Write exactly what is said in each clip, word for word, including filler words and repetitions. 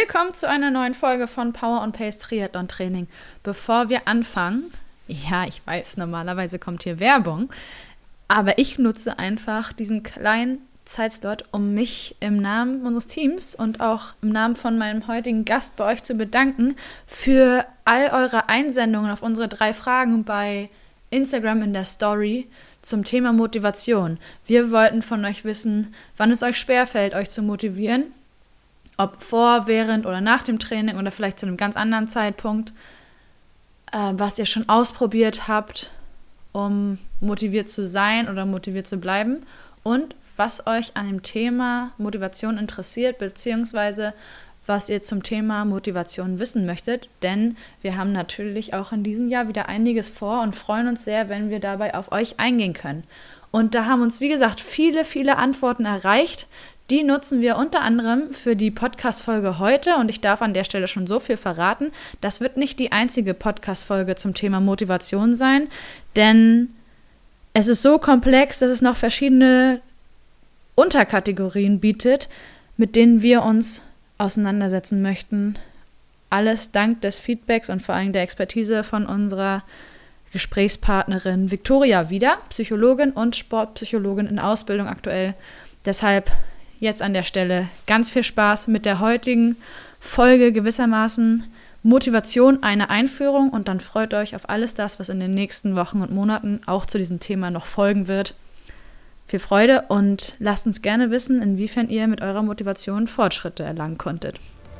Willkommen zu einer neuen Folge von Power und Pace Triathlon Training. Bevor wir anfangen, ja, ich weiß, normalerweise kommt hier Werbung, aber ich nutze einfach diesen kleinen Zeitslot, um mich im Namen unseres Teams und auch im Namen von meinem heutigen Gast bei euch zu bedanken für all eure Einsendungen auf unsere drei Fragen bei Instagram in der Story zum Thema Motivation. Wir wollten von euch wissen, wann es euch schwerfällt, euch zu motivieren, ob vor, während oder nach dem Training oder vielleicht zu einem ganz anderen Zeitpunkt, äh, was ihr schon ausprobiert habt, um motiviert zu sein oder motiviert zu bleiben und was euch an dem Thema Motivation interessiert, beziehungsweise was ihr zum Thema Motivation wissen möchtet, denn wir haben natürlich auch in diesem Jahr wieder einiges vor und freuen uns sehr, wenn wir dabei auf euch eingehen können. Und da haben uns, wie gesagt, viele, viele Antworten erreicht. Die nutzen wir unter anderem für die Podcast-Folge heute und ich darf an der Stelle schon so viel verraten. Das wird nicht die einzige Podcast-Folge zum Thema Motivation sein, denn es ist so komplex, dass es noch verschiedene Unterkategorien bietet, mit denen wir uns auseinandersetzen möchten. Alles dank des Feedbacks und vor allem der Expertise von unserer Gesprächspartnerin Viktoria Wieder, Psychologin und Sportpsychologin in Ausbildung aktuell. Deshalb jetzt an der Stelle ganz viel Spaß mit der heutigen Folge, gewissermaßen Motivation, eine Einführung, und dann freut euch auf alles das, was in den nächsten Wochen und Monaten auch zu diesem Thema noch folgen wird. Viel Freude und lasst uns gerne wissen, inwiefern ihr mit eurer Motivation Fortschritte erlangen konntet.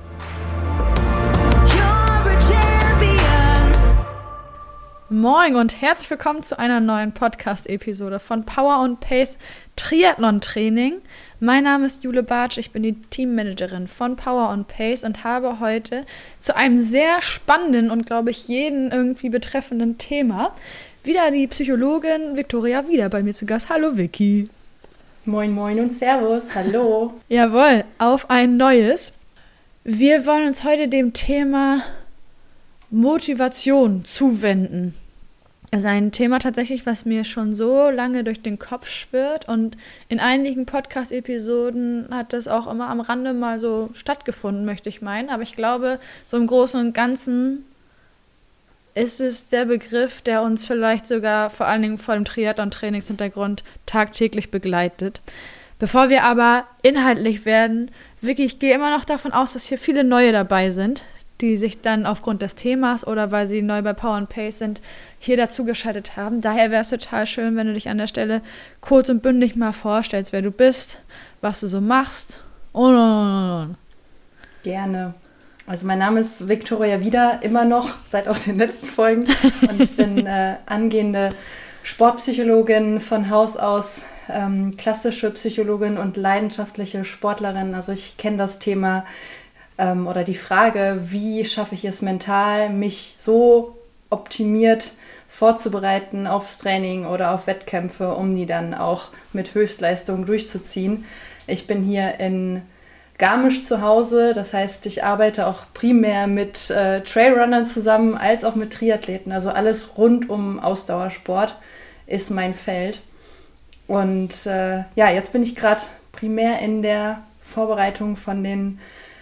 Moin und herzlich willkommen zu einer neuen Podcast-Episode von Power und Pace Triathlon Training. Mein Name ist Jule Bartsch, ich bin die Teammanagerin von Power und Pace und habe heute zu einem sehr spannenden und, glaube ich, jeden irgendwie betreffenden Thema wieder die Psychologin Viktoria Wieder bei mir zu Gast. Hallo Vicky. Moin moin und Servus, hallo. Jawohl, auf ein neues. Wir wollen uns heute dem Thema Motivation zuwenden. Das ist ein Thema tatsächlich, was mir schon so lange durch den Kopf schwirrt und in einigen Podcast-Episoden hat das auch immer am Rande mal so stattgefunden, möchte ich meinen. Aber ich glaube, so im Großen und Ganzen ist es der Begriff, der uns vielleicht sogar vor allen Dingen vor dem Triathlon-Trainingshintergrund tagtäglich begleitet. Bevor wir aber inhaltlich werden, wirklich, ich gehe immer noch davon aus, dass hier viele Neue dabei sind, die sich dann aufgrund des Themas oder weil sie neu bei Power and Pace sind, hier dazugeschaltet haben. Daher wäre es total schön, wenn du dich an der Stelle kurz und bündig mal vorstellst, wer du bist, was du so machst und, und, und, und. Gerne. Also mein Name ist Viktoria Wieder, immer noch, seit auch den letzten Folgen. Und ich bin äh, angehende Sportpsychologin von Haus aus, ähm, klassische Psychologin und leidenschaftliche Sportlerin. Also ich kenne das Thema ähm, oder die Frage, wie schaffe ich es mental, mich so optimiert vorzubereiten aufs Training oder auf Wettkämpfe, um die dann auch mit Höchstleistung durchzuziehen. Ich bin hier in Garmisch zu Hause, das heißt, ich arbeite auch primär mit äh, Trailrunnern zusammen, als auch mit Triathleten. Also alles rund um Ausdauersport ist mein Feld. Und äh, ja, jetzt bin ich gerade primär in der Vorbereitung von den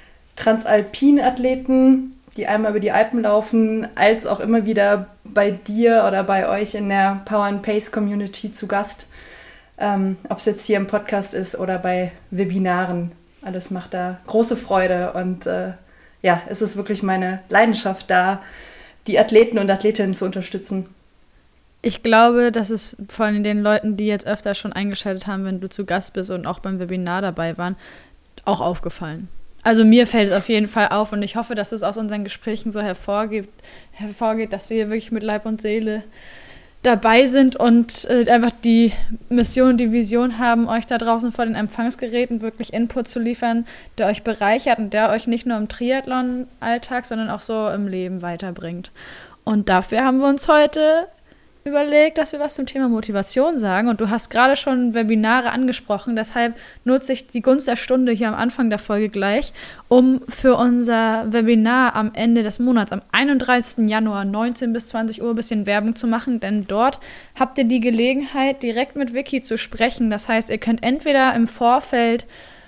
Transalpin-Athleten, die einmal über die Alpen laufen, als auch immer wieder bei dir oder bei euch in der Power and Pace Community zu Gast. Ähm, ob es jetzt hier im Podcast ist oder bei Webinaren. Alles macht da große Freude und äh, ja, es ist wirklich meine Leidenschaft, da die Athleten und Athletinnen zu unterstützen. Ich glaube, das ist von den Leuten, die jetzt öfter schon eingeschaltet haben, wenn du zu Gast bist und auch beim Webinar dabei waren, auch aufgefallen. Also mir fällt es auf jeden Fall auf und ich hoffe, dass es aus unseren Gesprächen so hervorgeht, hervorgeht, dass wir hier wirklich mit Leib und Seele dabei sind und äh, einfach die Mission, die Vision haben, euch da draußen vor den Empfangsgeräten wirklich Input zu liefern, der euch bereichert und der euch nicht nur im Triathlon-Alltag, sondern auch so im Leben weiterbringt. Und dafür haben wir uns heute überlegt, dass wir was zum Thema Motivation sagen. Und du hast gerade schon Webinare angesprochen, deshalb nutze ich die Gunst der Stunde hier am Anfang der Folge gleich, um für unser Webinar am Ende des Monats, am einunddreißigsten Januar, neunzehn bis zwanzig Uhr, ein bisschen Werbung zu machen, denn dort habt ihr die Gelegenheit, direkt mit Vicky zu sprechen. Das heißt, ihr könnt entweder im Vorfeld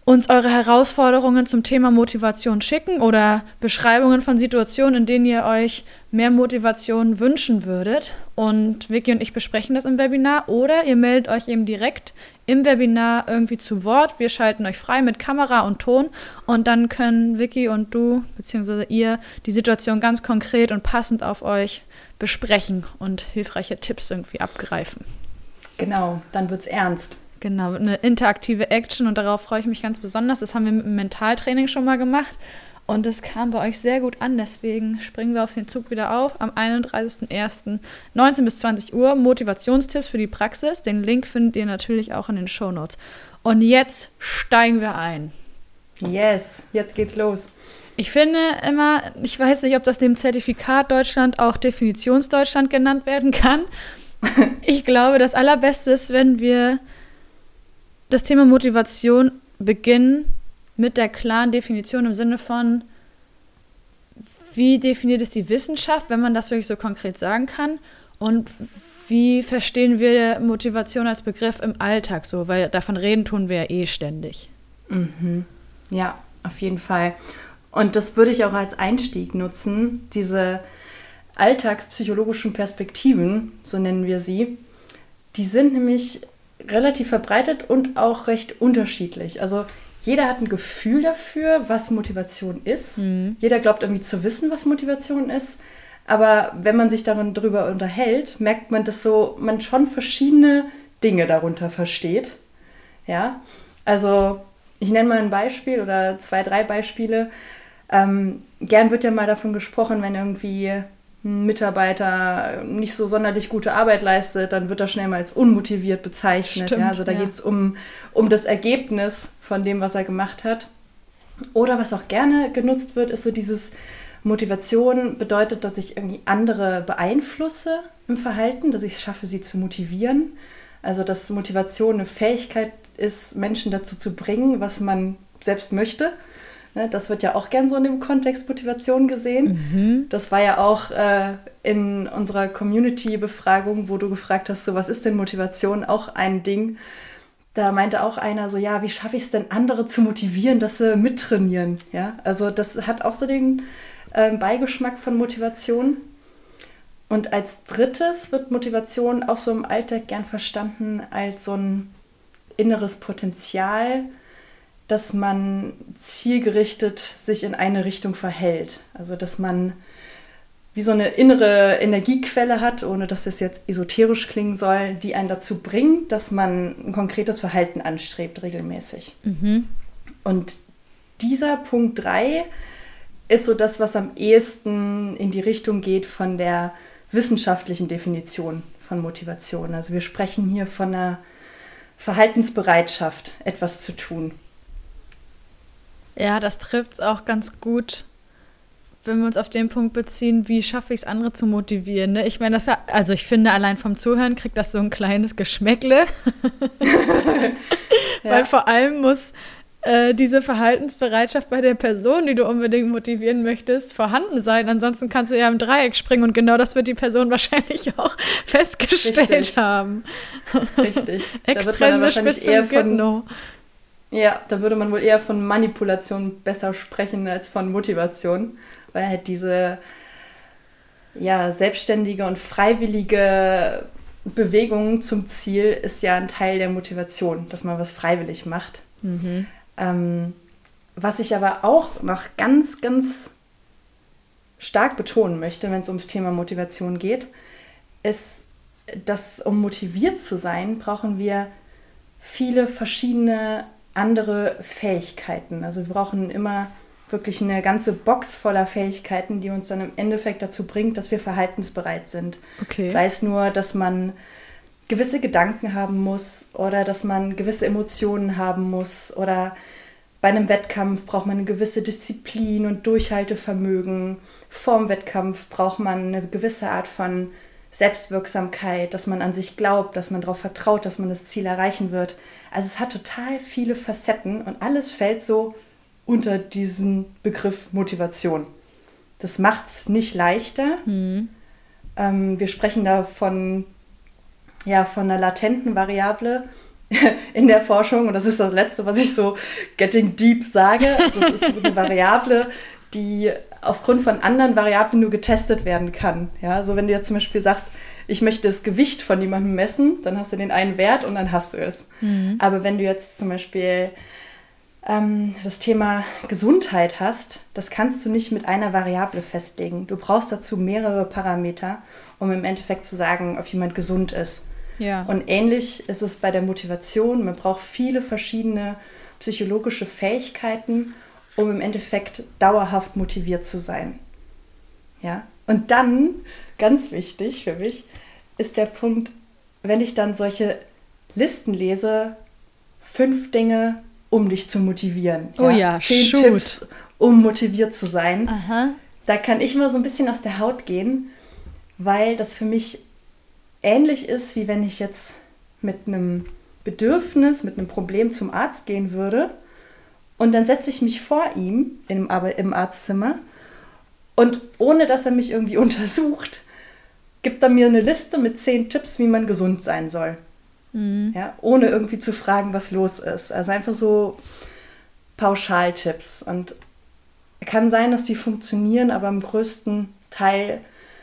uns eure Herausforderungen zum Thema Motivation schicken oder Beschreibungen von Situationen, in denen ihr euch mehr Motivation wünschen würdet. Und Vicky und ich besprechen das im Webinar. Oder ihr meldet euch eben direkt im Webinar irgendwie zu Wort. Wir schalten euch frei mit Kamera und Ton. Und dann können Vicky und du, beziehungsweise ihr, die Situation ganz konkret und passend auf euch besprechen und hilfreiche Tipps irgendwie abgreifen. Genau, dann wird's ernst. Genau, eine interaktive Action und darauf freue ich mich ganz besonders. Das haben wir mit dem Mentaltraining schon mal gemacht und das kam bei euch sehr gut an. Deswegen springen wir auf den Zug wieder auf am einunddreißigsten ersten neunzehn bis zwanzig Uhr. Motivationstipps für die Praxis. Den Link findet ihr natürlich auch in den Shownotes. Und jetzt steigen wir ein. Yes, jetzt geht's los. Ich finde immer, ich weiß nicht, ob das dem Zertifikat Deutschland auch Definitionsdeutschland genannt werden kann. Ich glaube, das Allerbeste ist, wenn wir das Thema Motivation beginnen mit der klaren Definition im Sinne von, wie definiert es die Wissenschaft, wenn man das wirklich so konkret sagen kann, und wie verstehen wir Motivation als Begriff im Alltag so, weil davon reden tun wir ja eh ständig. Mhm. Ja, auf jeden Fall. Und das würde ich auch als Einstieg nutzen, diese alltagspsychologischen Perspektiven, so nennen wir sie, die sind nämlich relativ verbreitet und auch recht unterschiedlich. Also jeder hat ein Gefühl dafür, was Motivation ist. Mhm. Jeder glaubt irgendwie zu wissen, was Motivation ist. Aber wenn man sich darin drüber unterhält, merkt man, dass so man schon verschiedene Dinge darunter versteht. Ja, also ich nenne mal ein Beispiel oder zwei, drei Beispiele. Ähm, gern wird ja mal davon gesprochen, wenn irgendwie ein Mitarbeiter nicht so sonderlich gute Arbeit leistet, dann wird er schnell mal als unmotiviert bezeichnet. Stimmt, ja? Also da ja. geht es um, um das Ergebnis von dem, was er gemacht hat. Oder was auch gerne genutzt wird, ist so dieses Motivation bedeutet, dass ich irgendwie andere beeinflusse im Verhalten, dass ich es schaffe, sie zu motivieren. Also dass Motivation eine Fähigkeit ist, Menschen dazu zu bringen, was man selbst möchte. Das wird ja auch gern so in dem Kontext Motivation gesehen. Mhm. Das war ja auch äh, in unserer Community-Befragung, wo du gefragt hast, so was ist denn Motivation, auch ein Ding. Da meinte auch einer so, ja, wie schaffe ich es denn, andere zu motivieren, dass sie mittrainieren? Ja, also das hat auch so den äh, Beigeschmack von Motivation. Und als drittes wird Motivation auch so im Alltag gern verstanden als so ein inneres Potenzial, dass man zielgerichtet sich in eine Richtung verhält. Also dass man wie so eine innere Energiequelle hat, ohne dass es jetzt esoterisch klingen soll, die einen dazu bringt, dass man ein konkretes Verhalten anstrebt regelmäßig. Mhm. Und dieser Punkt drei ist so das, was am ehesten in die Richtung geht von der wissenschaftlichen Definition von Motivation. Also wir sprechen hier von einer Verhaltensbereitschaft, etwas zu tun. Ja, das trifft es auch ganz gut, wenn wir uns auf den Punkt beziehen, wie schaffe ich es, andere zu motivieren. Ne? Ich meine, das ja, also ich finde, allein vom Zuhören kriegt das so ein kleines Geschmäckle. Ja. Weil vor allem muss äh, diese Verhaltensbereitschaft bei der Person, die du unbedingt motivieren möchtest, vorhanden sein. Ansonsten kannst du ja im Dreieck springen und genau das wird die Person wahrscheinlich auch festgestellt Richtig. haben. Richtig. Extrinsisch bis zum Get-No. Ja, da würde man wohl eher von Manipulation besser sprechen als von Motivation, weil halt diese ja, selbstständige und freiwillige Bewegung zum Ziel ist ja ein Teil der Motivation, dass man was freiwillig macht. Mhm. Ähm, was ich aber auch noch ganz, ganz stark betonen möchte, wenn es ums Thema Motivation geht, ist, dass um motiviert zu sein, brauchen wir viele verschiedene andere Fähigkeiten. Also wir brauchen immer wirklich eine ganze Box voller Fähigkeiten, die uns dann im Endeffekt dazu bringt, dass wir verhaltensbereit sind. Okay. Sei es nur, dass man gewisse Gedanken haben muss oder dass man gewisse Emotionen haben muss oder bei einem Wettkampf braucht man eine gewisse Disziplin und Durchhaltevermögen. Vorm Wettkampf braucht man eine gewisse Art von Selbstwirksamkeit, dass man an sich glaubt, dass man darauf vertraut, dass man das Ziel erreichen wird. Also es hat total viele Facetten und alles fällt so unter diesen Begriff Motivation. Das macht es nicht leichter. Mhm. Ähm, wir sprechen da von, ja, von einer latenten Variable, in der Forschung, und das ist das Letzte, was ich so getting deep sage, also es ist eine Variable, die aufgrund von anderen Variablen nur getestet werden kann. Ja, also wenn du jetzt zum Beispiel sagst, ich möchte das Gewicht von jemandem messen, dann hast du den einen Wert und dann hast du es. Mhm. Aber wenn du jetzt zum Beispiel ähm, das Thema Gesundheit hast, das kannst du nicht mit einer Variable festlegen. Du brauchst dazu mehrere Parameter, um im Endeffekt zu sagen, ob jemand gesund ist. Ja. Und ähnlich ist es bei der Motivation. Man braucht viele verschiedene psychologische Fähigkeiten, um im Endeffekt dauerhaft motiviert zu sein. Ja? Und dann, ganz wichtig für mich, ist der Punkt, wenn ich dann solche Listen lese, fünf Dinge, um dich zu motivieren. Oh ja, ja, zehn shoot. Tipps, um motiviert zu sein. Aha. Da kann ich mal so ein bisschen aus der Haut gehen, weil das für mich ähnlich ist, wie wenn ich jetzt mit einem Bedürfnis, mit einem Problem zum Arzt gehen würde. Und dann setze ich mich vor ihm im, im Arztzimmer und ohne, dass er mich irgendwie untersucht, gibt er mir eine Liste mit zehn Tipps, wie man gesund sein soll. Mhm. Ja, ohne irgendwie zu fragen, was los ist. Also einfach so Pauschaltipps. Und kann sein, dass die funktionieren, aber im größten Teil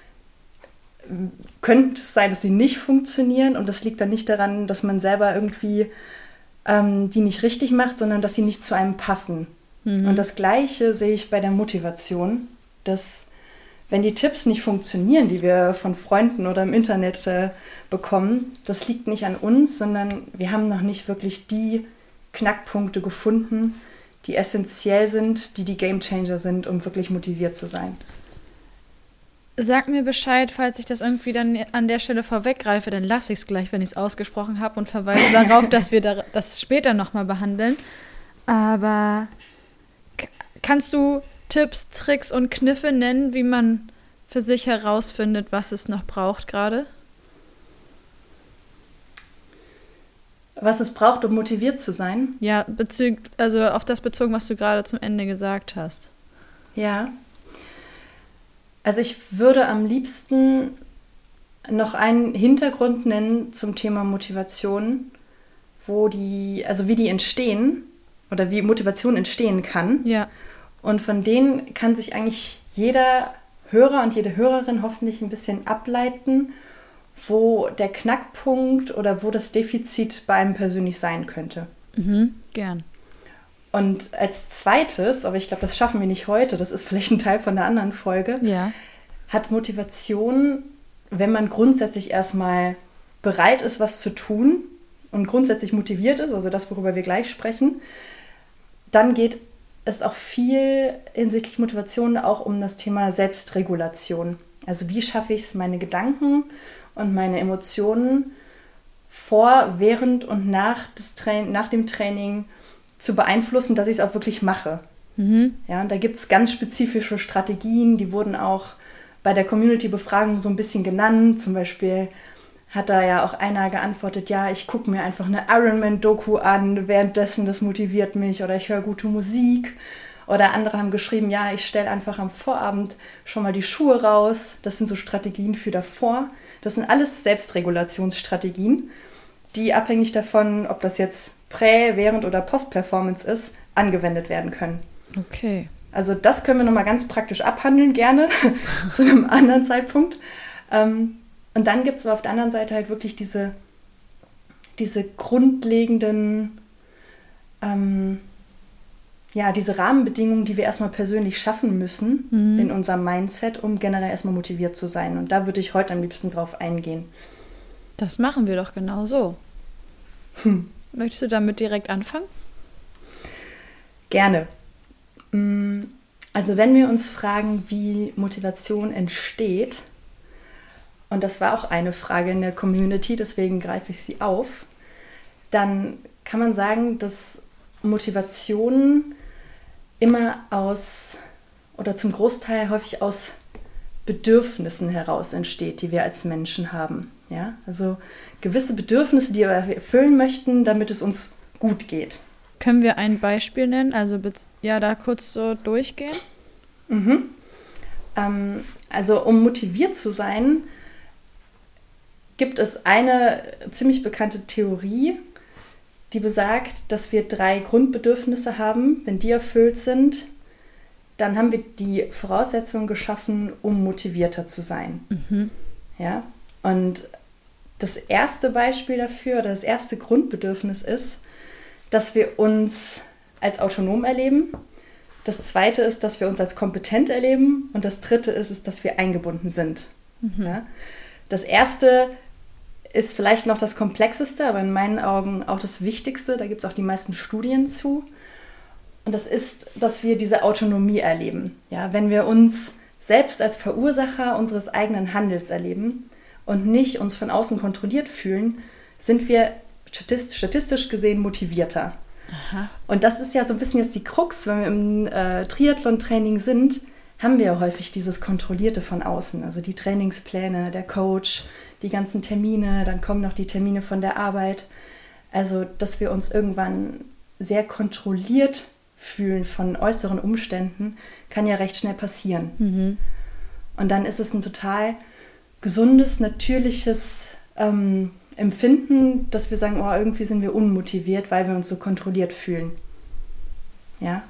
könnte es sein, dass sie nicht funktionieren. Und das liegt dann nicht daran, dass man selber irgendwie ähm, die nicht richtig macht, sondern dass sie nicht zu einem passen. Mhm. Und das Gleiche sehe ich bei der Motivation, dass wenn die Tipps nicht funktionieren, die wir von Freunden oder im Internet äh, bekommen, das liegt nicht an uns, sondern wir haben noch nicht wirklich die Knackpunkte gefunden, die essentiell sind, die die Gamechanger sind, um wirklich motiviert zu sein. Sag mir Bescheid, falls ich das irgendwie dann an der Stelle vorweggreife, dann lasse ich es gleich, wenn ich es ausgesprochen habe und verweise darauf, dass wir da, das später nochmal behandeln. Aber k- kannst du Tipps, Tricks und Kniffe nennen, wie man für sich herausfindet, was es noch braucht gerade? Was es braucht, um motiviert zu sein? Ja, bezüg, also auf das bezogen, was du gerade zum Ende gesagt hast. Ja. Also ich würde am liebsten noch einen Hintergrund nennen zum Thema Motivation, wo die, also wie die entstehen oder wie Motivation entstehen kann. Ja. Und von denen kann sich eigentlich jeder Hörer und jede Hörerin hoffentlich ein bisschen ableiten, wo der Knackpunkt oder wo das Defizit bei einem persönlich sein könnte. Mhm, gern. Und als zweites, aber ich glaube, das schaffen wir nicht heute, das ist vielleicht ein Teil von einer anderen Folge, ja. hat Motivation, wenn man grundsätzlich erstmal bereit ist, was zu tun und grundsätzlich motiviert ist, also das, worüber wir gleich sprechen, dann geht es auch viel hinsichtlich Motivation auch um das Thema Selbstregulation. Also wie schaffe ich es, meine Gedanken und meine Emotionen vor, während und nach, des Tra- nach dem Training zu beeinflussen, dass ich es auch wirklich mache. Mhm. Ja, und da gibt es ganz spezifische Strategien, die wurden auch bei der Community-Befragung so ein bisschen genannt. Zum Beispiel hat da ja auch einer geantwortet, ja, ich gucke mir einfach eine Ironman-Doku an, währenddessen, das motiviert mich, oder ich höre gute Musik. Oder andere haben geschrieben, ja, ich stelle einfach am Vorabend schon mal die Schuhe raus. Das sind so Strategien für davor. Das sind alles Selbstregulationsstrategien, die abhängig davon, ob das jetzt Prä-, Während- oder Post-Performance ist, angewendet werden können. Okay. Also das können wir nochmal ganz praktisch abhandeln, gerne, zu einem anderen Zeitpunkt. Ähm, und dann gibt es aber auf der anderen Seite halt wirklich diese, diese grundlegenden, ähm, ja, diese Rahmenbedingungen, die wir erstmal persönlich schaffen müssen mhm. in unserem Mindset, um generell erstmal motiviert zu sein. Und da würde ich heute am liebsten drauf eingehen. Das machen wir doch genau so. Hm. Möchtest du damit direkt anfangen? Gerne. Also wenn wir uns fragen, wie Motivation entsteht, und das war auch eine Frage in der Community, deswegen greife ich sie auf, dann kann man sagen, dass Motivation immer aus, oder zum Großteil häufig aus Bedürfnissen heraus entsteht, die wir als Menschen haben. Ja? Also gewisse Bedürfnisse, die wir erfüllen möchten, damit es uns gut geht. Können wir ein Beispiel nennen? Also ja, da kurz so durchgehen? Mhm. Ähm, also um motiviert zu sein, gibt es eine ziemlich bekannte Theorie, die besagt, dass wir drei Grundbedürfnisse haben. Wenn die erfüllt sind, dann haben wir die Voraussetzungen geschaffen, um motivierter zu sein. Mhm. Ja? Und das erste Beispiel dafür oder das erste Grundbedürfnis ist, dass wir uns als autonom erleben. Das zweite ist, dass wir uns als kompetent erleben. Und das dritte ist, ist dass wir eingebunden sind. Mhm. Ja? Das erste ist vielleicht noch das Komplexeste, aber in meinen Augen auch das Wichtigste. Da gibt es auch die meisten Studien zu. Und das ist, dass wir diese Autonomie erleben. Ja? Wenn wir uns selbst als Verursacher unseres eigenen Handels erleben und nicht uns von außen kontrolliert fühlen, sind wir statistisch gesehen motivierter. Aha. Und das ist ja so ein bisschen jetzt die Krux, wenn wir im äh, Triathlon-Training sind, haben wir ja häufig dieses Kontrollierte von außen. Also die Trainingspläne, der Coach, die ganzen Termine, dann kommen noch die Termine von der Arbeit. Also, dass wir uns irgendwann sehr kontrolliert fühlen von äußeren Umständen, kann ja recht schnell passieren. Mhm. Und dann ist es ein total gesundes, natürliches ähm, Empfinden, dass wir sagen, oh, irgendwie sind wir unmotiviert, weil wir uns so kontrolliert fühlen. Ja.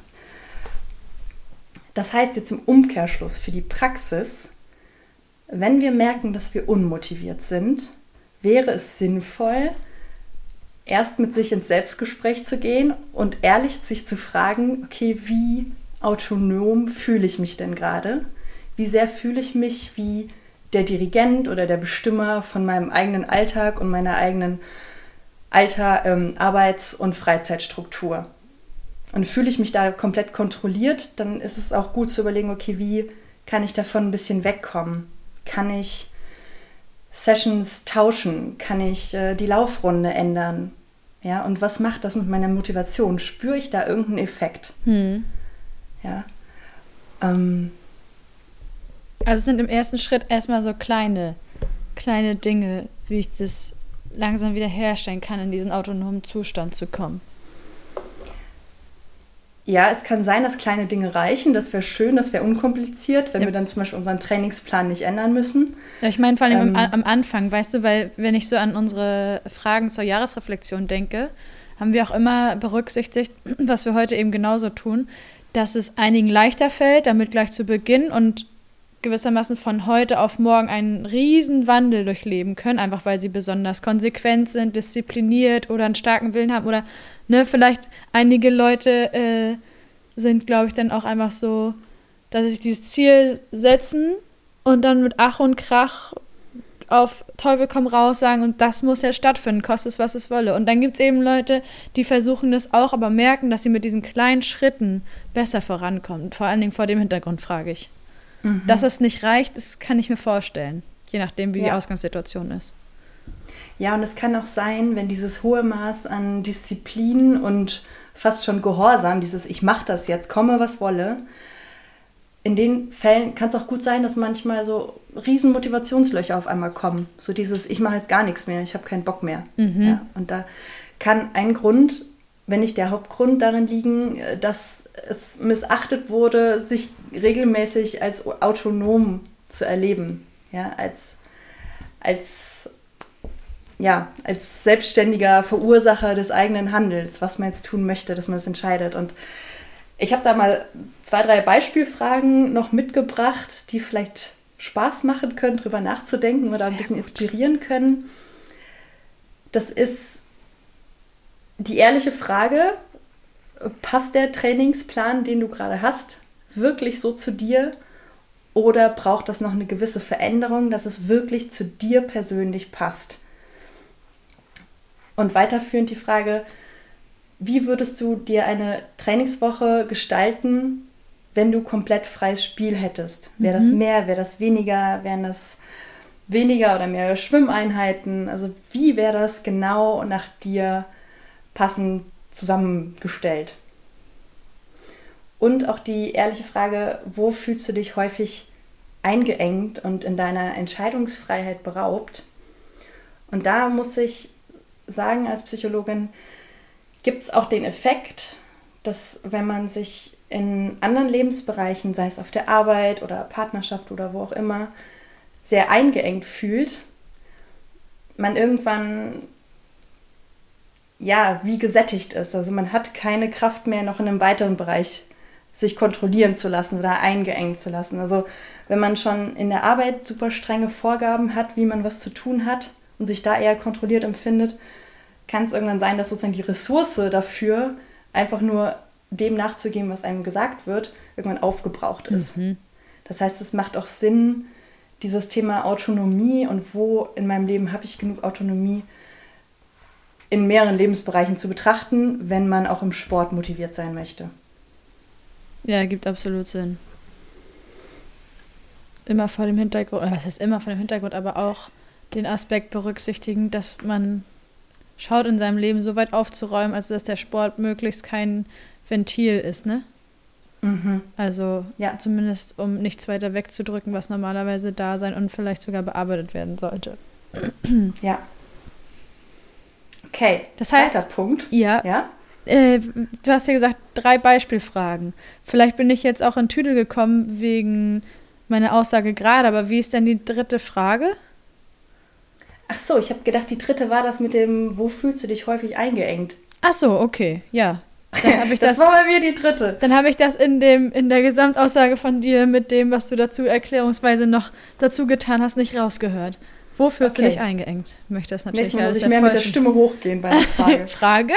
Das heißt jetzt im Umkehrschluss für die Praxis, wenn wir merken, dass wir unmotiviert sind, wäre es sinnvoll, erst mit sich ins Selbstgespräch zu gehen und ehrlich sich zu fragen, okay, wie autonom fühle ich mich denn gerade? Wie sehr fühle ich mich wie der Dirigent oder der Bestimmer von meinem eigenen Alltag und meiner eigenen Alter, ähm, Arbeits- und Freizeitstruktur? Und fühle ich mich da komplett kontrolliert, dann ist es auch gut zu überlegen, okay, wie kann ich davon ein bisschen wegkommen? Kann ich Sessions tauschen? Kann ich äh, die Laufrunde ändern? Ja, und was macht das mit meiner Motivation? Spüre ich da irgendeinen Effekt? Hm. Ja. Ähm, Also es sind im ersten Schritt erstmal so kleine, kleine Dinge, wie ich das langsam wieder herstellen kann, in diesen autonomen Zustand zu kommen. Ja, es kann sein, dass kleine Dinge reichen. Das wäre schön, das wäre unkompliziert, wenn Ja. wir dann zum Beispiel unseren Trainingsplan nicht ändern müssen. Ja, ich meine vor allem Ähm, am, am Anfang, weißt du, weil wenn ich so an unsere Fragen zur Jahresreflexion denke, haben wir auch immer berücksichtigt, was wir heute eben genauso tun, dass es einigen leichter fällt, damit gleich zu Beginn und gewissermaßen von heute auf morgen einen riesen Wandel durchleben können, einfach weil sie besonders konsequent sind, diszipliniert oder einen starken Willen haben oder ne, vielleicht einige Leute äh, sind, glaube ich, dann auch einfach so, dass sie sich dieses Ziel setzen und dann mit Ach und Krach auf Teufel komm raus sagen, und das muss ja stattfinden, koste es, was es wolle. Und dann gibt es eben Leute, die versuchen das auch, aber merken, dass sie mit diesen kleinen Schritten besser vorankommen. Vor allen Dingen vor dem Hintergrund frage ich. Mhm. Dass es nicht reicht, das kann ich mir vorstellen. Je nachdem, wie die Ja. Ausgangssituation ist. Ja, und es kann auch sein, wenn dieses hohe Maß an Disziplin und fast schon Gehorsam, dieses Ich mache das jetzt, komme was wolle, in den Fällen kann es auch gut sein, dass manchmal so riesen Motivationslöcher auf einmal kommen. So dieses Ich mache jetzt gar nichts mehr, ich habe keinen Bock mehr. Mhm. Ja, und da kann ein Grund, wenn nicht der Hauptgrund darin liegen, dass es missachtet wurde, sich regelmäßig als autonom zu erleben. Ja, als, als, ja, als selbstständiger Verursacher des eigenen Handels, was man jetzt tun möchte, dass man es entscheidet. Und ich habe da mal zwei, drei Beispielfragen noch mitgebracht, die vielleicht Spaß machen können, drüber nachzudenken oder Sehr ein bisschen gut. inspirieren können. Das ist die ehrliche Frage: Passt der Trainingsplan, den du gerade hast, wirklich so zu dir? Oder braucht das noch eine gewisse Veränderung, dass es wirklich zu dir persönlich passt? Und weiterführend die Frage: Wie würdest du dir eine Trainingswoche gestalten, wenn du komplett freies Spiel hättest? Wäre das Mhm. mehr, wäre das weniger, wären das weniger oder mehr Schwimmeinheiten? Also wie wäre das genau nach dir passend zusammengestellt? Und auch die ehrliche Frage: Wo fühlst du dich häufig eingeengt und in deiner Entscheidungsfreiheit beraubt? Und da muss ich sagen, als Psychologin gibt es auch den Effekt, dass wenn man sich in anderen Lebensbereichen, sei es auf der Arbeit oder Partnerschaft oder wo auch immer, sehr eingeengt fühlt, man irgendwann ja, wie gesättigt ist. Also man hat keine Kraft mehr, noch in einem weiteren Bereich sich kontrollieren zu lassen oder eingeengt zu lassen. Also wenn man schon in der Arbeit super strenge Vorgaben hat, wie man was zu tun hat und sich da eher kontrolliert empfindet, kann es irgendwann sein, dass sozusagen die Ressource dafür, einfach nur dem nachzugeben, was einem gesagt wird, irgendwann aufgebraucht ist. Mhm. Das heißt, es macht auch Sinn, dieses Thema Autonomie und wo in meinem Leben habe ich genug Autonomie in mehreren Lebensbereichen zu betrachten, wenn man auch im Sport motiviert sein möchte. Ja, gibt absolut Sinn. Immer vor dem Hintergrund, oder was heißt immer vor dem Hintergrund, aber auch den Aspekt berücksichtigen, dass man schaut, in seinem Leben so weit aufzuräumen, als dass der Sport möglichst kein Ventil ist, ne? Mhm. Also ja. Zumindest, um nichts weiter wegzudrücken, was normalerweise da sein und vielleicht sogar bearbeitet werden sollte. Ja. Okay, das zweiter heißt, Punkt. Ja, ja? Äh, du hast ja gesagt, drei Beispielfragen. Vielleicht bin ich jetzt auch in Tüdel gekommen wegen meiner Aussage gerade, aber wie ist denn die dritte Frage? Ach so, ich habe gedacht, die dritte war das mit dem, wo fühlst du dich häufig eingeengt? Ach so, okay, ja. Dann hab ich das, das war bei mir die dritte. Dann habe ich das in, dem, in der Gesamtaussage von dir mit dem, was du dazu erklärungsweise noch dazu getan hast, nicht rausgehört. Wo fühlst okay. du dich eingeengt? Ich möchte das natürlich Nächstes Mal muss ich mehr mit der Stimme hochgehen bei der Frage. Frage?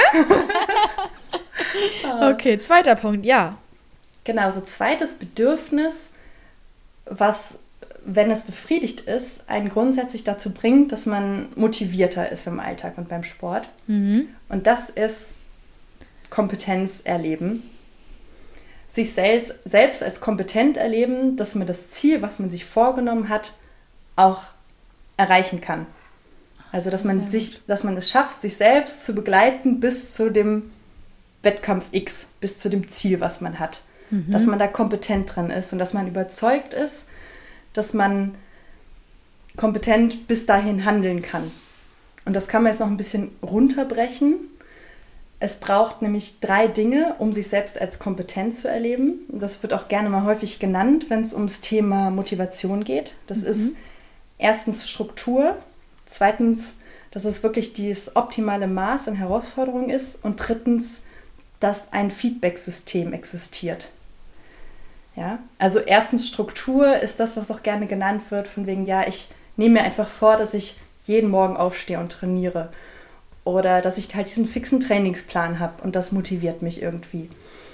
Okay, zweiter Punkt, ja. Genau, so zweites Bedürfnis, was, wenn es befriedigt ist, einen grundsätzlich dazu bringt, dass man motivierter ist im Alltag und beim Sport. Mhm. Und das ist Kompetenz erleben. Sich selbst, selbst als kompetent erleben, dass man das Ziel, was man sich vorgenommen hat, auch erreichen kann. Also, dass man, sich, dass man es schafft, sich selbst zu begleiten bis zu dem Wettkampf X, bis zu dem Ziel, was man hat. Mhm. Dass man da kompetent drin ist und dass man überzeugt ist, dass man kompetent bis dahin handeln kann. Und das kann man jetzt noch ein bisschen runterbrechen. Es braucht nämlich drei Dinge, um sich selbst als kompetent zu erleben. Das wird auch gerne mal häufig genannt, wenn es ums Thema Motivation geht. Das mhm. ist erstens Struktur, zweitens, dass es wirklich das optimale Maß an Herausforderung ist und drittens, dass ein Feedback-System existiert. Ja? Also erstens Struktur ist das, was auch gerne genannt wird, von wegen, ja, ich nehme mir einfach vor, dass ich jeden Morgen aufstehe und trainiere. Oder dass ich halt diesen fixen Trainingsplan habe und das motiviert mich irgendwie.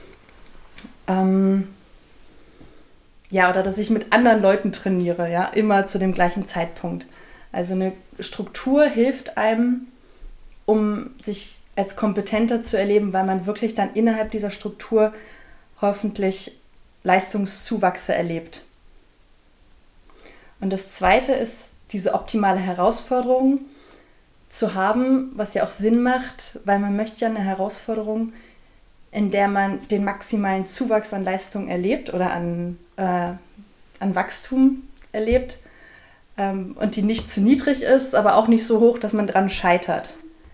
Ähm ja, oder dass ich mit anderen Leuten trainiere, ja, immer zu dem gleichen Zeitpunkt. Also eine Struktur hilft einem, um sich als kompetenter zu erleben, weil man wirklich dann innerhalb dieser Struktur hoffentlich Leistungszuwachse erlebt. Und das Zweite ist, diese optimale Herausforderung zu haben, was ja auch Sinn macht, weil man möchte ja eine Herausforderung, in der man den maximalen Zuwachs an Leistung erlebt oder an, äh, an Wachstum erlebt ähm, und die nicht zu niedrig ist, aber auch nicht so hoch, dass man dran scheitert.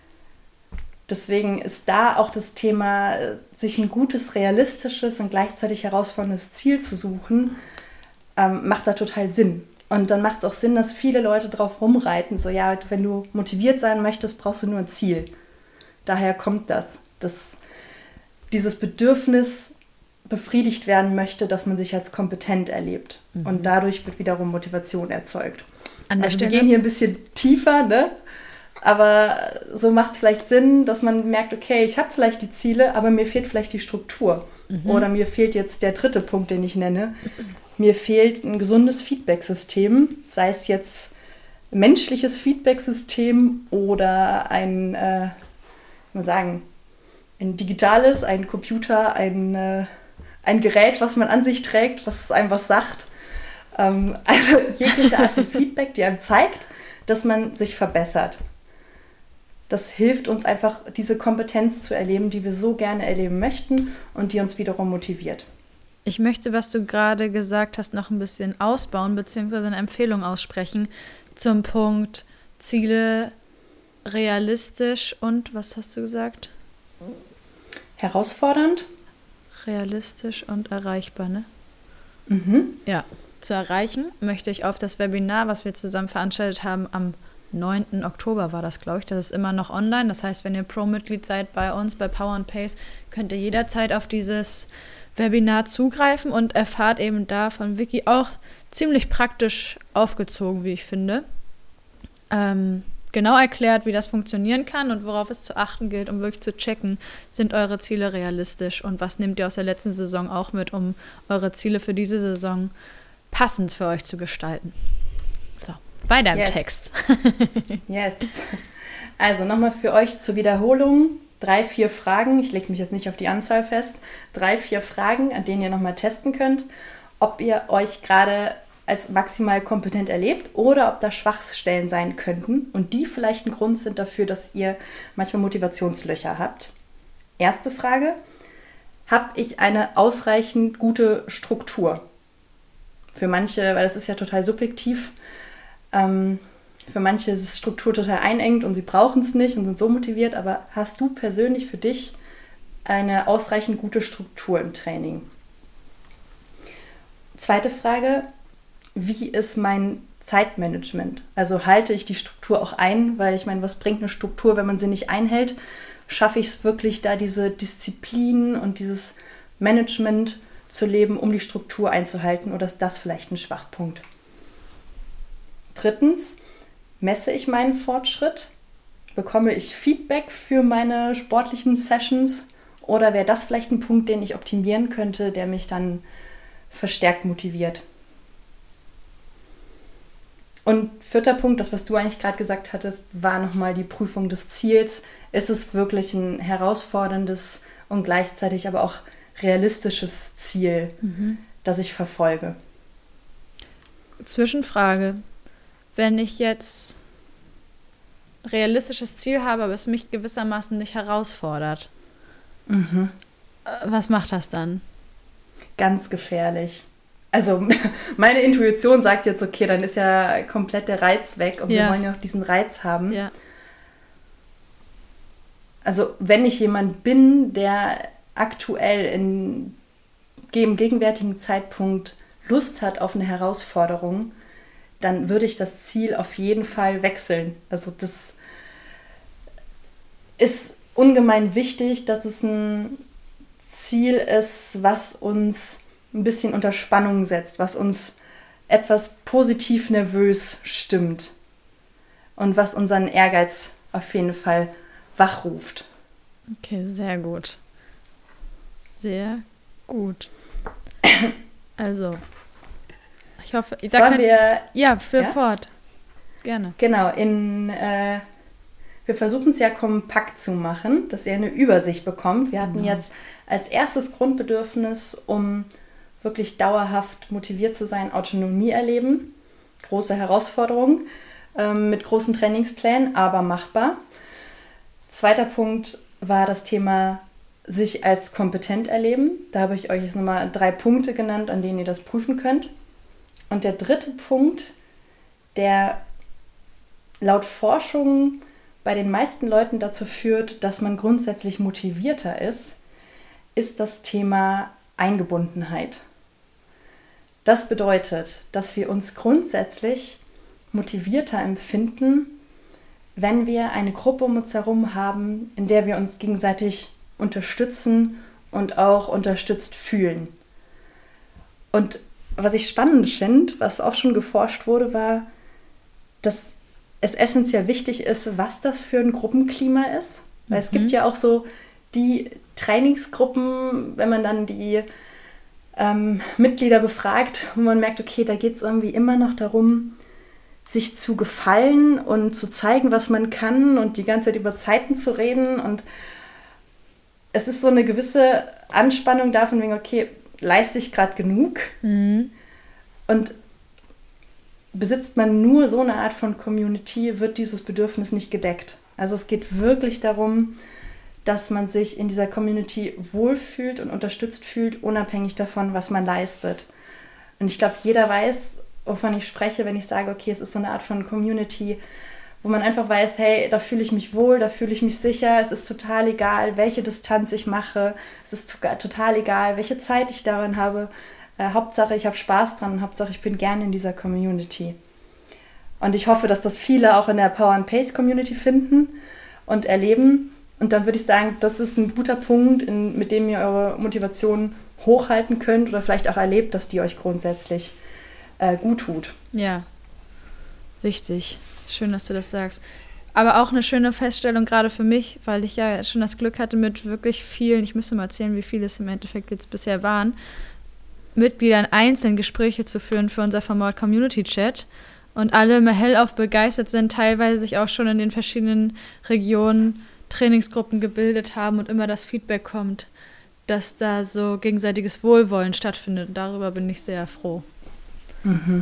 Deswegen ist da auch das Thema, sich ein gutes, realistisches und gleichzeitig herausforderndes Ziel zu suchen, ähm, macht da total Sinn. Und dann macht es auch Sinn, dass viele Leute drauf rumreiten, so ja, wenn du motiviert sein möchtest, brauchst du nur ein Ziel. Daher kommt das, dass dieses Bedürfnis befriedigt werden möchte, dass man sich als kompetent erlebt. Mhm. Und dadurch wird wiederum Motivation erzeugt. An der also Stelle? Wir gehen hier ein bisschen tiefer, ne? Aber so macht es vielleicht Sinn, dass man merkt, okay, ich habe vielleicht die Ziele, aber mir fehlt vielleicht die Struktur. Mhm. Oder mir fehlt jetzt der dritte Punkt, den ich nenne. Mir fehlt ein gesundes Feedback-System, sei es jetzt ein menschliches Feedback-System oder ein, äh, ich muss sagen, ein digitales, ein Computer, ein, äh, ein Gerät, was man an sich trägt, was einem was sagt. Ähm, also jegliche Art von Feedback, die einem zeigt, dass man sich verbessert. Das hilft uns einfach, diese Kompetenz zu erleben, die wir so gerne erleben möchten und die uns wiederum motiviert. Ich möchte, was du gerade gesagt hast, noch ein bisschen ausbauen, beziehungsweise eine Empfehlung aussprechen zum Punkt Ziele realistisch und, was hast du gesagt? Herausfordernd. Realistisch und erreichbar, ne? Mhm. Ja, zu erreichen möchte ich auf das Webinar, was wir zusammen veranstaltet haben, am neunten Oktober war das, glaube ich. Das ist immer noch online. Das heißt, wenn ihr Pro-Mitglied seid bei uns, bei Power and Pace, könnt ihr jederzeit auf dieses Webinar zugreifen und erfahrt eben da von Vicky auch ziemlich praktisch aufgezogen, wie ich finde. Ähm, genau erklärt, wie das funktionieren kann und worauf es zu achten gilt, um wirklich zu checken, sind eure Ziele realistisch und was nehmt ihr aus der letzten Saison auch mit, um eure Ziele für diese Saison passend für euch zu gestalten. So, weiter im Yes. Text. Yes. Also nochmal für euch zur Wiederholung. Drei, vier Fragen. Ich lege mich jetzt nicht auf die Anzahl fest. Drei, vier Fragen, an denen ihr nochmal testen könnt, ob ihr euch gerade als maximal kompetent erlebt oder ob da Schwachstellen sein könnten und die vielleicht ein Grund sind dafür, dass ihr manchmal Motivationslöcher habt. Erste Frage: Habe ich eine ausreichend gute Struktur? Für manche, weil das ist ja total subjektiv, ähm, für manche ist Struktur total einengt und sie brauchen es nicht und sind so motiviert, aber hast du persönlich für dich eine ausreichend gute Struktur im Training? Zweite Frage: Wie ist mein Zeitmanagement? Also halte ich die Struktur auch ein, weil ich meine, was bringt eine Struktur, wenn man sie nicht einhält? Schaffe ich es wirklich, da diese Disziplin und dieses Management zu leben, um die Struktur einzuhalten, oder ist das vielleicht ein Schwachpunkt? Drittens: Messe ich meinen Fortschritt? Bekomme ich Feedback für meine sportlichen Sessions? Oder wäre das vielleicht ein Punkt, den ich optimieren könnte, der mich dann verstärkt motiviert? Und vierter Punkt, das, was du eigentlich gerade gesagt hattest, war nochmal die Prüfung des Ziels. Ist es wirklich ein herausforderndes und gleichzeitig aber auch realistisches Ziel, mhm. das ich verfolge? Zwischenfrage: Wenn ich jetzt ein realistisches Ziel habe, aber es mich gewissermaßen nicht herausfordert, mhm. was macht das dann? Ganz gefährlich. Also meine Intuition sagt jetzt, okay, dann ist ja komplett der Reiz weg und ja. wir wollen ja auch diesen Reiz haben. Ja. Also wenn ich jemand bin, der aktuell in, im gegenwärtigen Zeitpunkt Lust hat auf eine Herausforderung, dann würde ich das Ziel auf jeden Fall wechseln. Also das ist ungemein wichtig, dass es ein Ziel ist, was uns ein bisschen unter Spannung setzt, was uns etwas positiv nervös stimmt und was unseren Ehrgeiz auf jeden Fall wachruft. Okay, sehr gut. Sehr gut. Also, ich hoffe, da Sollen könnt, wir... Ja, für ja? fort. Gerne. Genau, in... Äh, wir versuchen es ja kompakt zu machen, dass ihr eine Übersicht bekommt. Wir hatten genau. jetzt als erstes Grundbedürfnis, um wirklich dauerhaft motiviert zu sein, Autonomie erleben. Große Herausforderung ähm, mit großen Trainingsplänen, aber machbar. Zweiter Punkt war das Thema sich als kompetent erleben. Da habe ich euch jetzt nochmal drei Punkte genannt, an denen ihr das prüfen könnt. Und der dritte Punkt, der laut Forschung bei den meisten Leuten dazu führt, dass man grundsätzlich motivierter ist, ist das Thema Eingebundenheit. Das bedeutet, dass wir uns grundsätzlich motivierter empfinden, wenn wir eine Gruppe um uns herum haben, in der wir uns gegenseitig unterstützen und auch unterstützt fühlen. Und was ich spannend finde, was auch schon geforscht wurde, war, dass es essentiell wichtig ist, was das für ein Gruppenklima ist. Weil mhm. es gibt ja auch so die Trainingsgruppen, wenn man dann die ähm, Mitglieder befragt, wo man merkt, okay, da geht es irgendwie immer noch darum, sich zu gefallen und zu zeigen, was man kann und die ganze Zeit über Zeiten zu reden. Und es ist so eine gewisse Anspannung davon, wegen, okay, leiste ich gerade genug? Mhm. Und besitzt man nur so eine Art von Community, wird dieses Bedürfnis nicht gedeckt. Also es geht wirklich darum, dass man sich in dieser Community wohlfühlt und unterstützt fühlt, unabhängig davon, was man leistet. Und ich glaube, jeder weiß, wovon ich spreche, wenn ich sage, okay, es ist so eine Art von Community, wo man einfach weiß, hey, da fühle ich mich wohl, da fühle ich mich sicher, es ist total egal, welche Distanz ich mache, es ist total egal, welche Zeit ich darin habe. Äh, Hauptsache, ich habe Spaß dran, Hauptsache, ich bin gerne in dieser Community. Und ich hoffe, dass das viele auch in der Power and Pace Community finden und erleben. Und dann würde ich sagen, das ist ein guter Punkt, in, mit dem ihr eure Motivation hochhalten könnt oder vielleicht auch erlebt, dass die euch grundsätzlich äh, gut tut. Ja, wichtig. Schön, dass du das sagst. Aber auch eine schöne Feststellung gerade für mich, weil ich ja schon das Glück hatte, mit wirklich vielen, ich müsste mal erzählen, wie viele es im Endeffekt jetzt bisher waren, Mitgliedern einzeln Gespräche zu führen für unser Format Community Chat und alle immer hellauf begeistert sind, teilweise sich auch schon in den verschiedenen Regionen Trainingsgruppen gebildet haben und immer das Feedback kommt, dass da so gegenseitiges Wohlwollen stattfindet. Und darüber bin ich sehr froh. Mhm.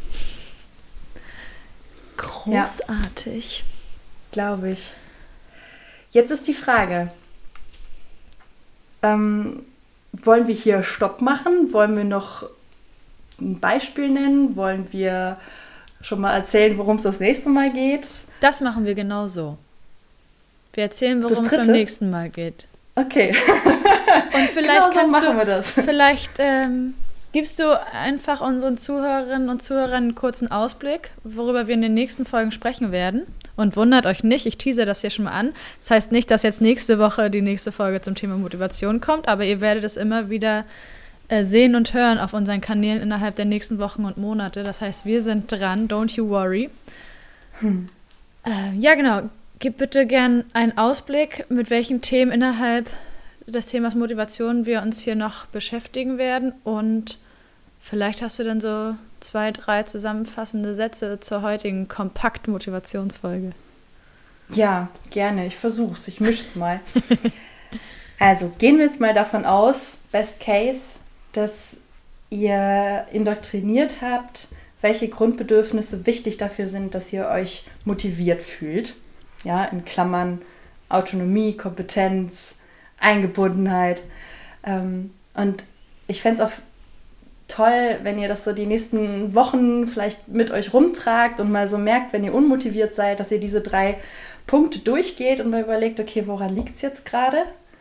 Großartig. Ja, glaube ich. Jetzt ist die Frage, ähm, wollen wir hier Stopp machen? Wollen wir noch ein Beispiel nennen? Wollen wir schon mal erzählen, worum es das nächste Mal geht? Das machen wir genau so. Wir erzählen, worum es beim nächsten Mal geht. Okay. Und vielleicht genau so kannst machen du, wir das. Vielleicht ähm, gibst du einfach unseren Zuhörerinnen und Zuhörern einen kurzen Ausblick, worüber wir in den nächsten Folgen sprechen werden. Und wundert euch nicht, ich tease das hier schon mal an. Das heißt nicht, dass jetzt nächste Woche die nächste Folge zum Thema Motivation kommt, aber ihr werdet es immer wieder äh, sehen und hören auf unseren Kanälen innerhalb der nächsten Wochen und Monate. Das heißt, wir sind dran, don't you worry. Hm. Äh, ja, genau. Gib bitte gern einen Ausblick, mit welchen Themen innerhalb des Themas Motivation wir uns hier noch beschäftigen werden. Und vielleicht hast du dann so zwei, drei zusammenfassende Sätze zur heutigen Kompakt-Motivationsfolge. Ja, gerne. Ich versuch's. Ich misch's mal. Also, gehen wir jetzt mal davon aus, Best Case, dass ihr indoktriniert habt, welche Grundbedürfnisse wichtig dafür sind, dass ihr euch motiviert fühlt. Ja, in Klammern Autonomie, Kompetenz, Eingebundenheit. Und ich fände es auch toll, wenn ihr das so die nächsten Wochen vielleicht mit euch rumtragt und mal so merkt, wenn ihr unmotiviert seid, dass ihr diese drei Punkte durchgeht und mal überlegt, okay, woran liegt es jetzt gerade?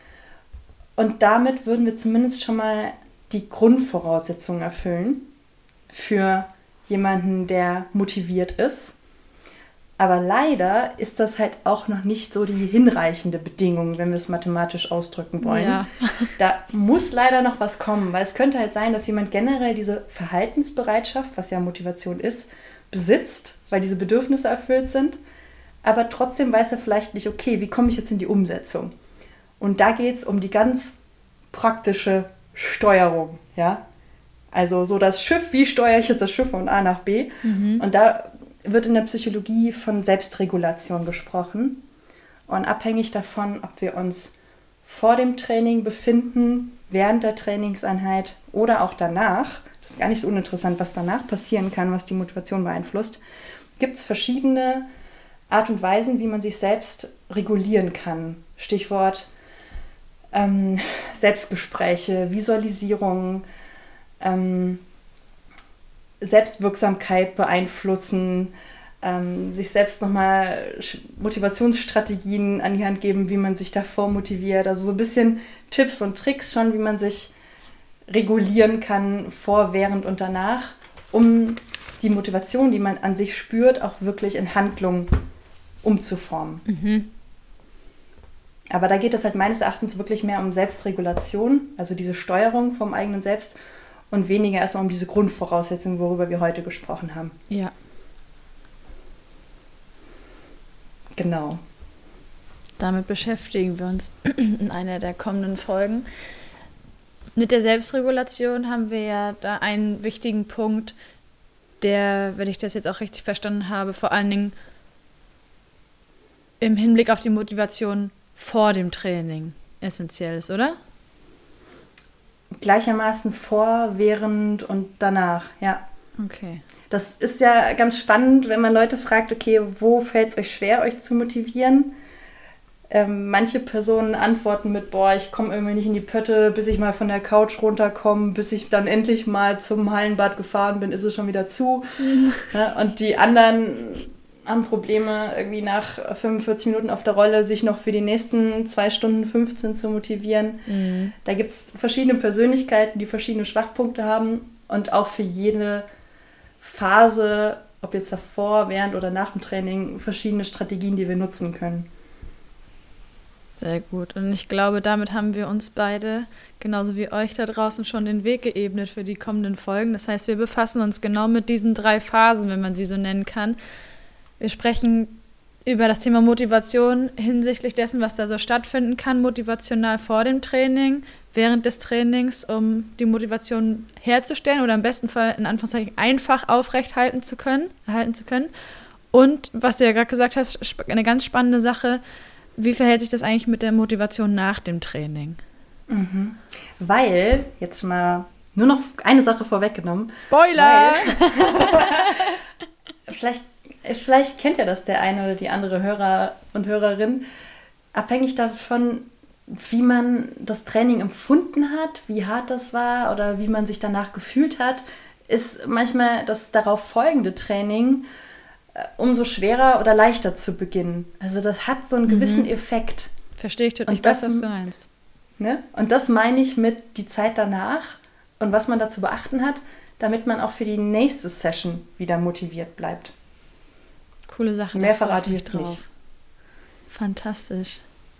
Und damit würden wir zumindest schon mal die Grundvoraussetzungen erfüllen für jemanden, der motiviert ist. Aber leider ist das halt auch noch nicht so die hinreichende Bedingung, wenn wir es mathematisch ausdrücken wollen. Ja. Da muss leider noch was kommen, weil es könnte halt sein, dass jemand generell diese Verhaltensbereitschaft, was ja Motivation ist, besitzt, weil diese Bedürfnisse erfüllt sind, aber trotzdem weiß er vielleicht nicht, okay, wie komme ich jetzt in die Umsetzung? Und da geht es um die ganz praktische Steuerung, ja. Also so das Schiff, wie steuere ich jetzt das Schiff von A nach B? Mhm. Und da wird in der Psychologie von Selbstregulation gesprochen. Und abhängig davon, ob wir uns vor dem Training befinden, während der Trainingseinheit oder auch danach, das ist gar nicht so uninteressant, was danach passieren kann, was die Motivation beeinflusst, gibt es verschiedene Art und Weisen, wie man sich selbst regulieren kann. Stichwort ähm, Selbstgespräche, Visualisierung, ähm, Selbstwirksamkeit beeinflussen, ähm, sich selbst nochmal Motivationsstrategien an die Hand geben, wie man sich davor motiviert. Also so ein bisschen Tipps und Tricks schon, wie man sich regulieren kann vor, während und danach, um die Motivation, die man an sich spürt, auch wirklich in Handlung umzuformen. Mhm. Aber da geht es halt meines Erachtens wirklich mehr um Selbstregulation, also diese Steuerung vom eigenen Selbst, und weniger erstmal um diese Grundvoraussetzungen, worüber wir heute gesprochen haben. Ja. Genau. Damit beschäftigen wir uns in einer der kommenden Folgen. Mit der Selbstregulation haben wir ja da einen wichtigen Punkt, der, wenn ich das jetzt auch richtig verstanden habe, vor allen Dingen im Hinblick auf die Motivation vor dem Training essentiell ist, oder? Gleichermaßen vor, während und danach, ja. Okay. Das ist ja ganz spannend, wenn man Leute fragt, okay, wo fällt es euch schwer, euch zu motivieren? Ähm, manche Personen antworten mit, boah, ich komme irgendwie nicht in die Pötte, bis ich mal von der Couch runterkomme, bis ich dann endlich mal zum Hallenbad gefahren bin, ist es schon wieder zu. Mhm. Ja, und die anderen haben Probleme, irgendwie nach fünfundvierzig Minuten auf der Rolle sich noch für die nächsten zwei Stunden fünfzehn zu motivieren. Mhm. Da gibt es verschiedene Persönlichkeiten, die verschiedene Schwachpunkte haben und auch für jede Phase ob jetzt davor, während oder nach dem Training, verschiedene Strategien, die wir nutzen können. Sehr gut. Und ich glaube, damit haben wir uns beide, genauso wie euch da draußen, schon den Weg geebnet für die kommenden Folgen. Das heißt, wir befassen uns genau mit diesen drei Phasen, wenn man sie so nennen kann. Wir sprechen über das Thema Motivation hinsichtlich dessen, was da so stattfinden kann, motivational vor dem Training, während des Trainings, um die Motivation herzustellen oder im besten Fall in Anführungszeichen einfach aufrechthalten zu können, erhalten zu können. Und was du ja gerade gesagt hast, eine ganz spannende Sache, wie verhält sich das eigentlich mit der Motivation nach dem Training? Mhm. Weil, jetzt mal nur noch eine Sache vorweggenommen. Spoiler! Weil, vielleicht, vielleicht kennt ja das der eine oder die andere Hörer und Hörerin. Abhängig davon, wie man das Training empfunden hat, wie hart das war oder wie man sich danach gefühlt hat, ist manchmal das darauf folgende Training umso schwerer oder leichter zu beginnen. Also das hat so einen gewissen mhm. Effekt. Verstehe ich total. Ich weiß, was du meinst. Ne? Und das meine ich mit die Zeit danach und was man da zu beachten hat, damit man auch für die nächste Session wieder motiviert bleibt. Coole Sache. Mehr verrate ich jetzt nicht. Fantastisch.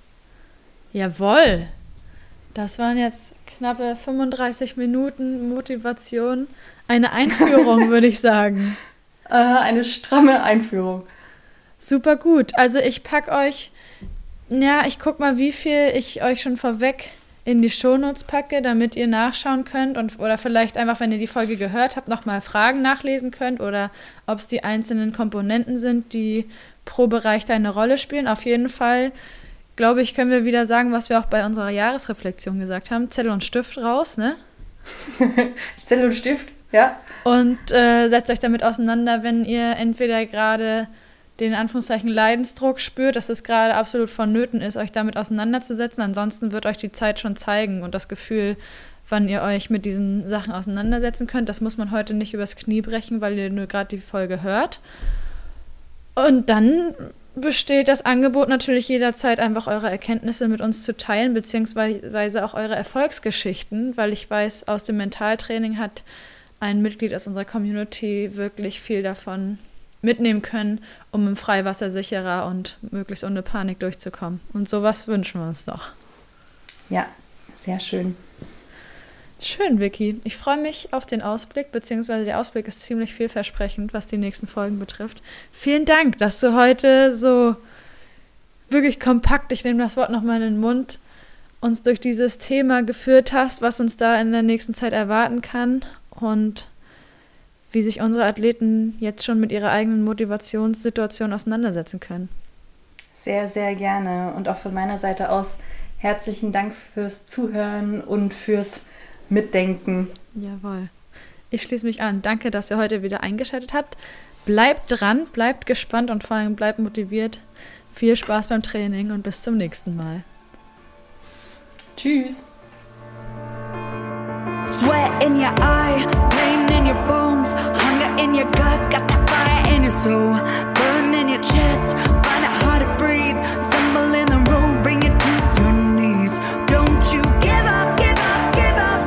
Jawohl. Das waren jetzt knappe fünfunddreißig Minuten Motivation. Eine Einführung, würde ich sagen. Äh, eine stramme Einführung. Super gut. Also ich packe euch, ja, ich guck mal, wie viel ich euch schon vorweg in die Shownotes packe, damit ihr nachschauen könnt und oder vielleicht einfach, wenn ihr die Folge gehört habt, nochmal Fragen nachlesen könnt oder ob es die einzelnen Komponenten sind, die pro Bereich da eine Rolle spielen. Auf jeden Fall, glaube ich, können wir wieder sagen, was wir auch bei unserer Jahresreflexion gesagt haben. Zettel und Stift raus, ne? Zettel und Stift, ja. Und äh, setzt euch damit auseinander, wenn ihr entweder gerade den Anführungszeichen Leidensdruck spürt, dass es gerade absolut vonnöten ist, euch damit auseinanderzusetzen. Ansonsten wird euch die Zeit schon zeigen und das Gefühl, wann ihr euch mit diesen Sachen auseinandersetzen könnt. Das muss man heute nicht übers Knie brechen, weil ihr nur gerade die Folge hört. Und dann besteht das Angebot natürlich jederzeit, einfach eure Erkenntnisse mit uns zu teilen, beziehungsweise auch eure Erfolgsgeschichten, weil ich weiß, aus dem Mentaltraining hat ein Mitglied aus unserer Community wirklich viel davon mitnehmen können, um im Freiwasser sicherer und möglichst ohne Panik durchzukommen. Und sowas wünschen wir uns doch. Ja, sehr schön. Schön, Vicky. Ich freue mich auf den Ausblick, beziehungsweise der Ausblick ist ziemlich vielversprechend, was die nächsten Folgen betrifft. Vielen Dank, dass du heute so wirklich kompakt, ich nehme das Wort nochmal in den Mund, uns durch dieses Thema geführt hast, was uns da in der nächsten Zeit erwarten kann und wie sich unsere Athleten jetzt schon mit ihrer eigenen Motivationssituation auseinandersetzen können. Sehr, sehr gerne. Und auch von meiner Seite aus herzlichen Dank fürs Zuhören und fürs Mitdenken. Jawohl. Ich schließe mich an. Danke, dass ihr heute wieder eingeschaltet habt. Bleibt dran, bleibt gespannt und vor allem bleibt motiviert. Viel Spaß beim Training und bis zum nächsten Mal. Tschüss. Sweat in your eye, pain in your bones, hunger in your gut, got that fire in your soul, burn in your chest, find it hard to breathe, stumble in the road, bring it to your knees. Don't you give up, give up, give up.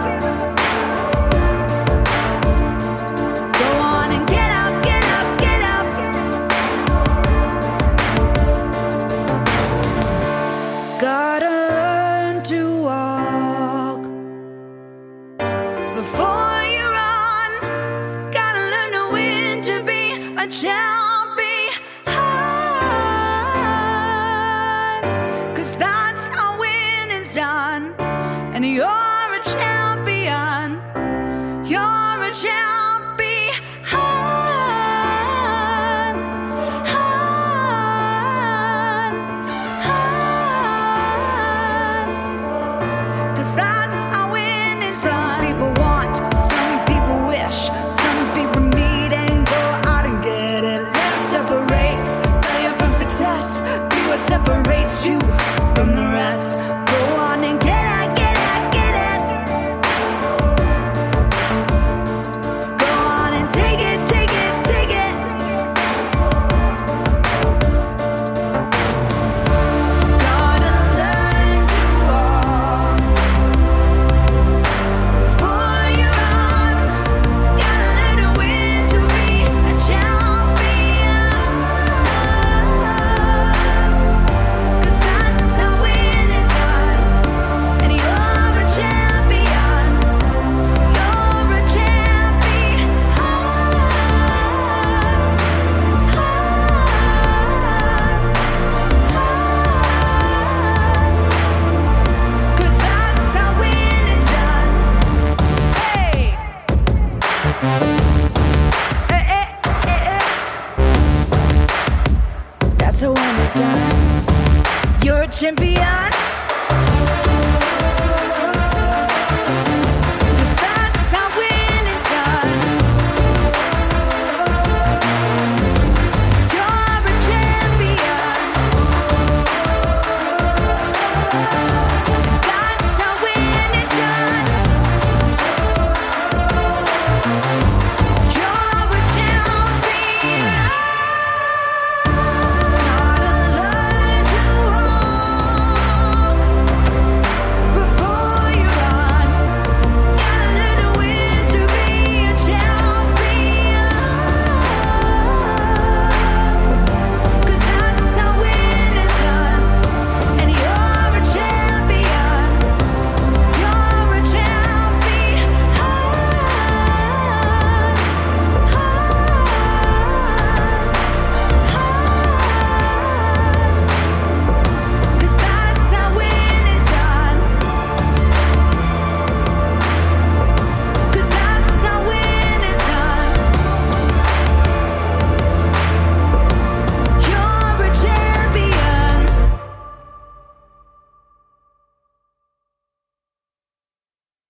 Go on and get up, get up, get up. Gotta learn to walk before you run, gotta learn to win to be a champion, 'cause that's how winning's done, and you're a champion, you're a champion. a champion.